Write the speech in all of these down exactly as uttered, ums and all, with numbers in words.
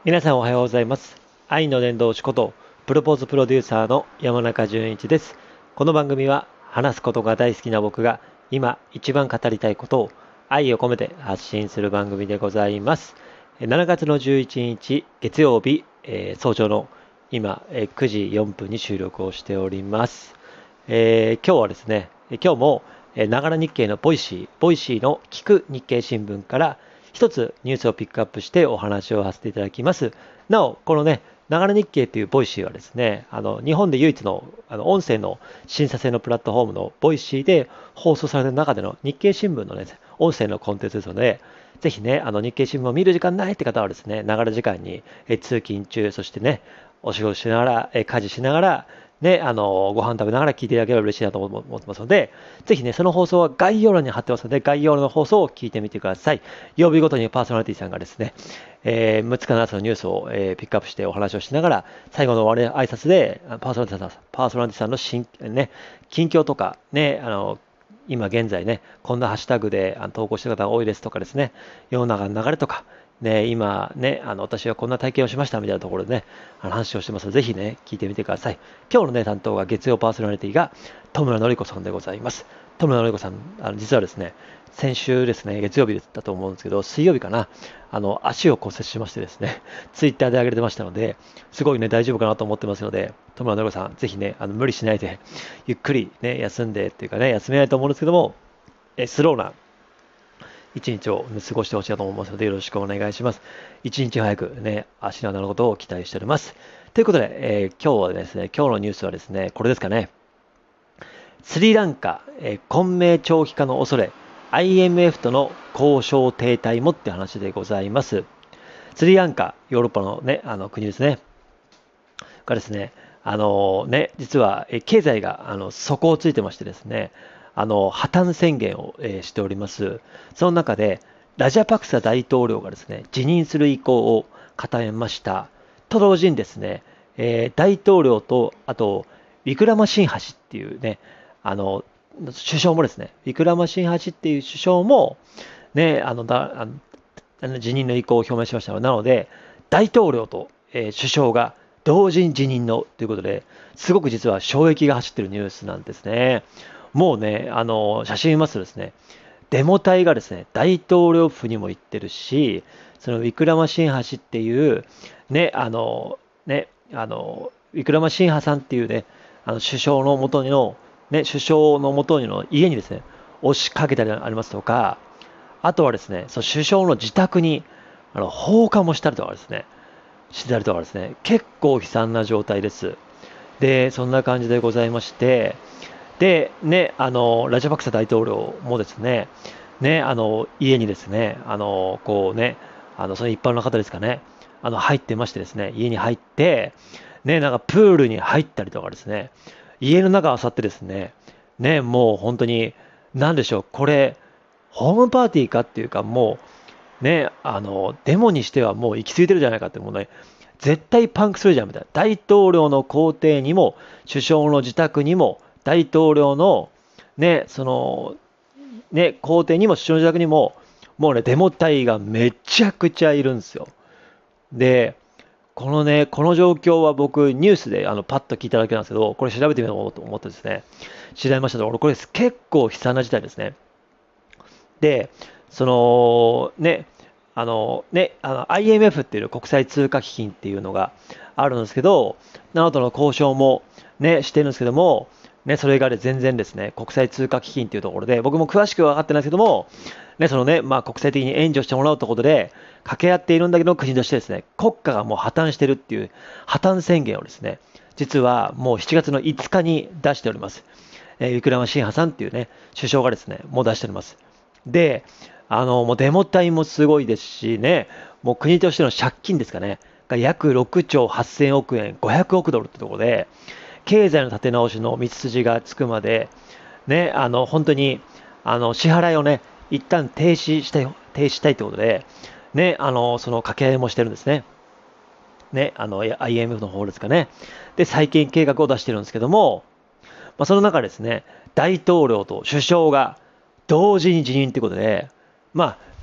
皆さんおはようございます。愛の伝道師ことプロポーズプロデューサーの山中淳一です。この番組は話すことが大好きな僕が今一番語りたいことを愛を込めて発信する番組でございます。しちがつのじゅういちにち月曜日、えー早朝の今、えーくじよんぷんに収録をしております。えー今日はですね、今日もながら日経のボイシー、ボイシーの聞く日経新聞から一つニュースをピックアップしてお話をさせていただきます。なお、このね、ながら日経というボイシーはですね、あの日本で唯一のあの音声の審査制のプラットフォームのボイシーで放送されている中での日経新聞のね、音声のコンテンツですので、ぜひね、あの日経新聞を見る時間ないって方はですね、ながら時間にえ通勤中、そしてね、お仕事しながら、え家事しながら、ね、あの、ご飯食べながら聞いていただければ嬉しいなと思ってますので、ぜひね、その放送は概要欄に貼ってますので、概要欄の放送を聞いてみてください。曜日ごとにパーソナリティさんがですね、えー、むっつかななつのニュースを、えーピックアップしてお話をしながら、最後の終わり挨拶で、パーソナリティさん、パーソナリティさんの新、ね、近況とか、ね、あの、今現在ね、こんなハッシュタグであの投稿してる方が多いですとかですね、世の中の流れとか、ね、今ね、あの私はこんな体験をしましたみたいなところでね、あの話をしてますので、ぜひね、聞いてみてください。今日のね、担当が月曜パーソナリティが戸村典子さんでございます。戸村典子さん、あの実はですね、先週ですね、月曜日だったと思うんですけど、水曜日かな、あの足を骨折しましてですね、ツイッターで上げてましたので、すごいね、大丈夫かなと思ってますので、戸村典子さん、ぜひね、あの無理しないで、ゆっくりね、休んでっていうかね、休めないと思うんですけども、えスローな一日を過ごしてほしいと思いますので、よろしくお願いします。一日早くね、足のなることを期待しております。ということで、えー今日はですね、今日のニュースはですね、これですかね。スリランカ、えー混迷長期化の恐れ、アイエムエフ との交渉停滞もって話でございます。スリランカ、ヨーロッパのね、あの国ですね。がですね、あのね、実はえ経済があの底をついてましてですね、あの破綻宣言を、えーしております。その中で、ラジャパクサ大統領がですね、辞任する意向を固めました。と同時にですね、えー大統領と、あと、ウィクラマシンハシっていうね、あの、首相もですね、ウィクラマシンハシっていう首相も、ね、あの、だあのあの辞任の意向を表明しました。なので、大統領と、えー首相が同時に辞任のということで、すごく実は衝撃が走っているニュースなんですね。もうね、あの写真見ますとですね、デモ隊がですね、大統領府にも行ってるし、そのウィクラマシンハ氏っていう、ね、あの、ね、あの、ウィクラマシンハさんっていうね、あの首相のもとにの、ね、首相のもとにの家にですね、押しかけたりありますとか、あとはですね、その首相の自宅にあの放火もしたりとかですね、したりとかですね、結構悲惨な状態です。で、そんな感じでございまして、で、ね、あの、ラジャパクサ大統領もですね、ね、あの、家にですね、あの、こうね、あの、その一般の方ですかね、あの、入ってましてですね、家に入って、ね、なんかプールに入ったりとかですね、家の中を漁ってですね、ね、もう本当に、なんでしょう、これ、ホームパーティーかっていうか、もう、ね、あの、デモにしてはもう行き過ぎてるじゃないかって、もうね、絶対パンクするじゃんみたいな。大統領の公邸にも、首相の自宅にも、大統領の、ね、その、ね、公邸にも首相の自宅にも、もうね、デモ隊がめちゃくちゃいるんですよ。で、このね、この状況は僕、ニュースであのパッと聞いただけなんですけど、これ調べてみようと思ってですね、調べましたところ、これ結構悲惨な事態ですね。で、そのね、あのね、あの アイエムエフ っていう国際通貨基金っていうのがあるんですけど、なのとの交渉もね、してるんですけども、ね、それがね、全然ですね、国際通貨基金っていうところで、僕も詳しくは分かってないですけども、ね、そのね、まあ国際的に援助してもらうということで、掛け合っているんだけど、国としてですね、国家がもう破綻してるっていう破綻宣言をですね、実はもうしちがつのいつかに出しております。えー、ウィクラマシンハさんっていうね、首相がですね、もう出しております。で、あの、もうデモ隊もすごいですしね、もう国としての借金ですかね、が約ろくちょうはっせんおくえん、ごひゃくおくドルってところで、経済の立て直しの道筋がつくまで、ね、あの、本当に、あの、支払いをね、一旦停止したい、停止したいということで、ね、あの、その掛け合いもしてるんですね。ね、あの、アイエムエフ の方ですかね。で、再建計画を出してるんですけども、まあ、その中ですね、大統領と首相が同時に辞任ということで、まあ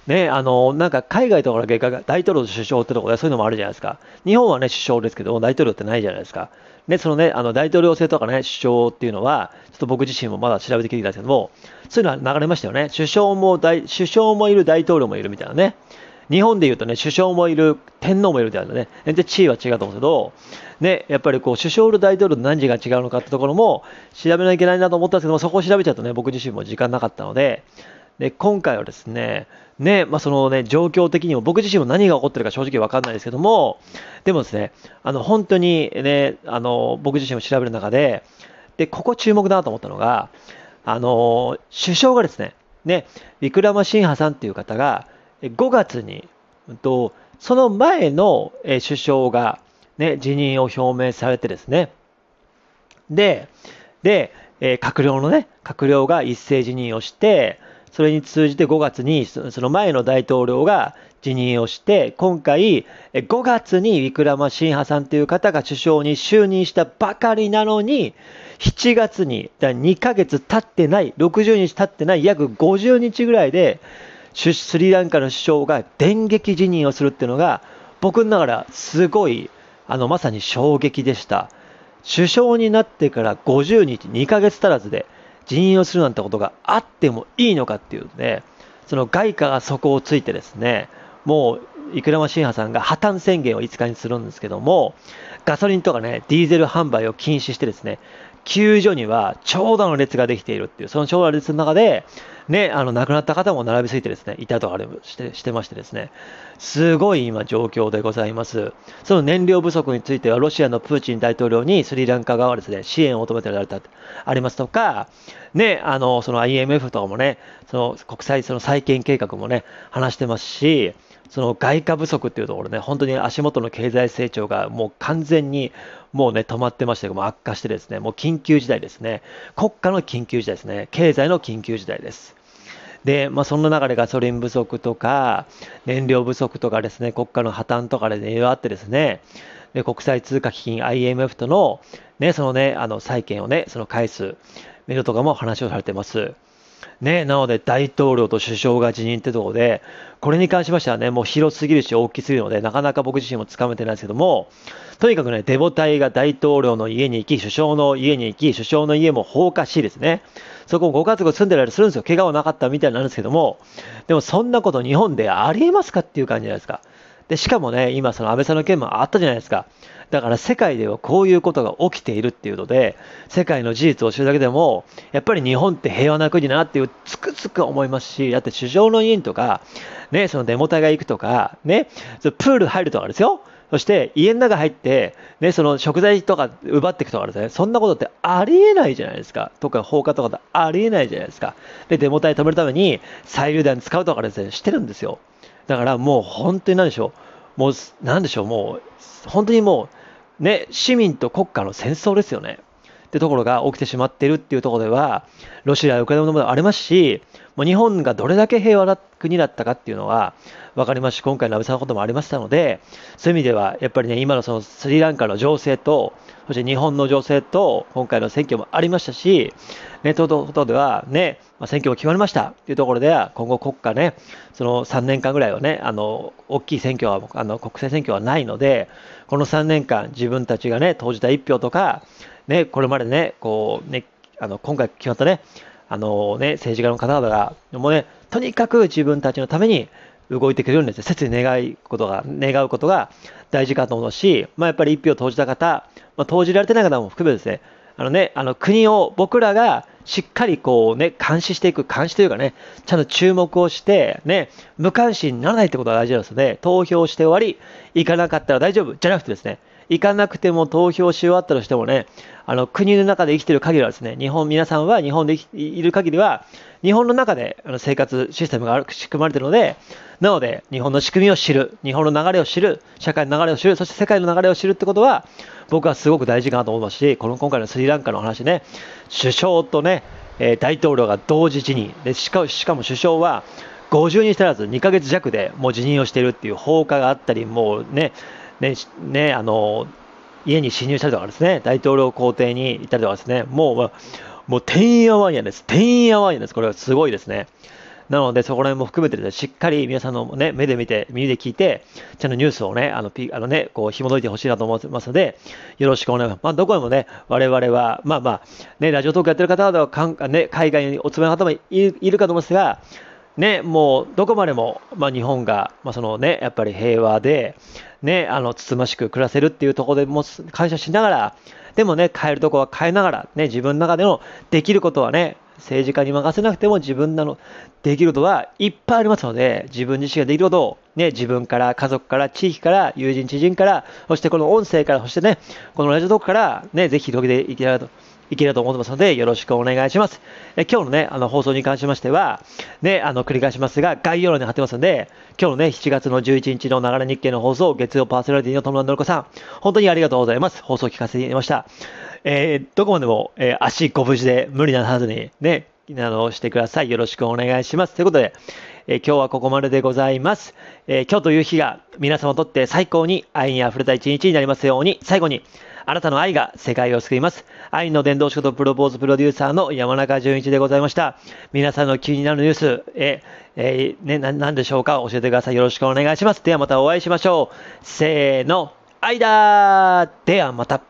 ね、あの、なんか海外とかだけが大統領と首相ってところでそういうのもあるじゃないですか。日本はね、首相ですけど、大統領ってないじゃないですか。ね、そのね、あの大統領制とかね、首相っていうのは、ちょっと僕自身もまだ調べてきてたんですけども、そういうのは流れましたよね。首相も大、首相もいる、大統領もいるみたいなね。日本でいうとね、首相もいる、天皇もいるみたいなね、全然地位は違うと思うんですけど、ね、やっぱりこう首相と大統領と何時が違うのかってところも調べなきゃいけないなと思ったんですけども、そこを調べちゃうとね、僕自身も時間なかったので、で今回はですね、ね、まあ、そのね、状況的にも僕自身も何が起こってるか正直わかんないですけども、でもですね、あの本当にね、あの僕自身も調べる中で、でここ注目だなと思ったのが、あの首相がですね、ね、ウィクラマシンハさんっていう方がごがつに、うんと、その前のえー首相が、ね、辞任を表明されてですね、で、で、えー閣僚のね、閣僚が一斉辞任をして、それに通じてごがつにそその前の大統領が辞任をして、今回えーごがつにウィクラマシンハさんという方が首相に就任したばかりなのに、しちがつに、だにかげつ経ってない、ろくじゅうにち経ってない、約ごじゅうにちぐらいで、ススリランカの首相が電撃辞任をするっていうのが、僕の中ではすごい、あの、まさに衝撃でした。首相になってからごじゅうにち、にかげつ足らずで辞任をするなんてことがあってもいいのかっていうね、その外貨が底をついてですね、もう、イクラマシンハさんが破綻宣言をいつかにするんですけども、ガソリンとかね、ディーゼル販売を禁止してですね、救助には長蛇の列ができているっていう、その長蛇の列の中で、ね、あの亡くなった方も並びついてですね、いたとかあれしてしてましてですね、すごい今状況でございます。その燃料不足については、ロシアのプーチン大統領にスリランカ側はですね、支援を求めてられた、ありますとか、ね、あの、その アイエムエフ とかもね、その国際その再建計画もね、話してますし、その外貨不足っていうところね、本当に足元の経済成長がもう完全にもうね、止まってまして、もう悪化してですね、もう緊急事態ですね。国家の緊急事態ですね。経済の緊急事態です。で、まあ、そんな中でガソリン不足とか、燃料不足とかですね、国家の破綻とかで、ね、いろいろあってですね、で、国際通貨基金 アイエムエフ との、ね、そのね、あの債券をね、その返す、メドとかも話をされてます。ね、なので大統領と首相が辞任ってところで、これに関しましてはね、もう広すぎるし大きすぎるので、なかなか僕自身もつかめてないですけども、とにかくね、デモ隊が大統領の家に行き、首相の家に行き、首相の家も放火しですね、そこご家族住んでられするんですよ。怪我はなかったみたいなんですけども、でもそんなこと日本でありえますかっていう感じじゃないですか。で、しかもね、今その安倍さんの件もあったじゃないですか。だから世界ではこういうことが起きているっていうので、世界の事実を知るだけでも、やっぱり日本って平和な国だなっていうつくづく思いますし、だって首相の家にとか、ね、そのデモ隊が行くとか、ね、そのプール入るとかですよ。そして家の中入って、ね、その食材とか奪っていくとかですね、そんなことってありえないじゃないですか。とか放火とかってありえないじゃないですか。で、デモ隊止めるために催涙弾使うとかですね、してるんですよ。だからもう本当に何でしょう。もう、なんでしょう、もう、本当にもう、ね、市民と国家の戦争ですよね。ってところが起きてしまっているっていうところでは、ロシアやウクライナのものもありますし、もう日本がどれだけ平和な国だったかっていうのは分かりますし、今回の安倍さんのこともありましたので、そういう意味では、やっぱりね、今のそのスリランカの情勢と、そして日本の情勢と、今回の選挙もありましたし、ね、ということではね、まあ、選挙も決まりましたというところでは、今後国家ね、そのさんねんかんぐらいはね、あの、大きい選挙は、あの、国政選挙はないので、このさんねんかん自分たちがね、投じたいっぴょうとか、ね、これまでね、こうね、あの、今回決まったね、あのね、政治家の方々が、もうね、とにかく自分たちのために動いてくれるようにですね、切に願いことが、願うことが大事かと思うし、まあ、やっぱり一票投じた方、まあ、投じられてない方も含めですね、あのね、あの国を僕らがしっかりこうね、監視していく、監視というかね、ちゃんと注目をして、ね、無関心にならないってことが大事なんですので、投票して終わり、行かなかったら大丈夫じゃなくてですね、行かなくても投票し終わったとしてもね、あの国の中で生きている限りはですね、日本、皆さんは日本でいる限りは、日本の中であの生活システムが仕組まれているので、なので、日本の仕組みを知る、日本の流れを知る、社会の流れを知る、そして世界の流れを知るってことは、僕はすごく大事かなと思いますし、この今回のスリランカの話ね、首相とね、えー、大統領が同時辞任で、しか、しかも首相はごじゅうにち足らずにかげつじゃくでもう辞任をしているっていう放火があったり、もうね、ね、ね、あの、家に侵入したりとかですね、大統領公邸に行ったりとかですね、もう、もう、てんやわんやです。てんやわんやです。これはすごいですね。 なので、そこら辺も含めてですね、しっかり皆さんのね、目で見て、耳で聞いて、ちゃんとニュースをね、あの、ピあのね、こう、紐解いてほしいなと思ってますので、よろしくお願いします。まあ、どこでもね、我々は、まあまあ、ね、ラジオトークやってる方は、かんね、海外にお勤めの方もいいるかと思うんですが、ね、もう、どこまでも、まあ、日本が、まあ、そのね、やっぱり平和で、ね、あの、つつましく暮らせるっていうところでも感謝しながら、でもね、変えるところは変えながら、ね、自分の中でのできることはね、政治家に任せなくても自分なのできることはいっぱいありますので、自分自身ができることを、ね、自分から、家族から、地域から、友人、知人から、そしてこの音声から、そしてね、このラジオトークから、ね、ぜひ広げていけたらと。いけると思ってますので、よろしくお願いします。え今日のね、あの放送に関しましては、ね、あの繰り返しますが、概要欄に貼ってますので、今日のね、しちがつのじゅういちにちのながら日経の放送、月曜パーソナリティの友野のりこさん、本当にありがとうございます。放送を聞かせていただきました。えー、どこまでも、えー、足ご無事で無理なはずにね、あのしてください。よろしくお願いします。ということで、えー、今日はここまででございます。えー、今日という日が皆様にとって最高に愛にあふれた一日になりますように、最後に、あなたの愛が世界を救います。愛の伝道師ことプロポーズプロデューサーの山中淳一でございました。皆さんの気になるニュース、ええー、ね、な、なんでしょうか教えてください。よろしくお願いします。ではまたお会いしましょう。せーの、愛だーではまた。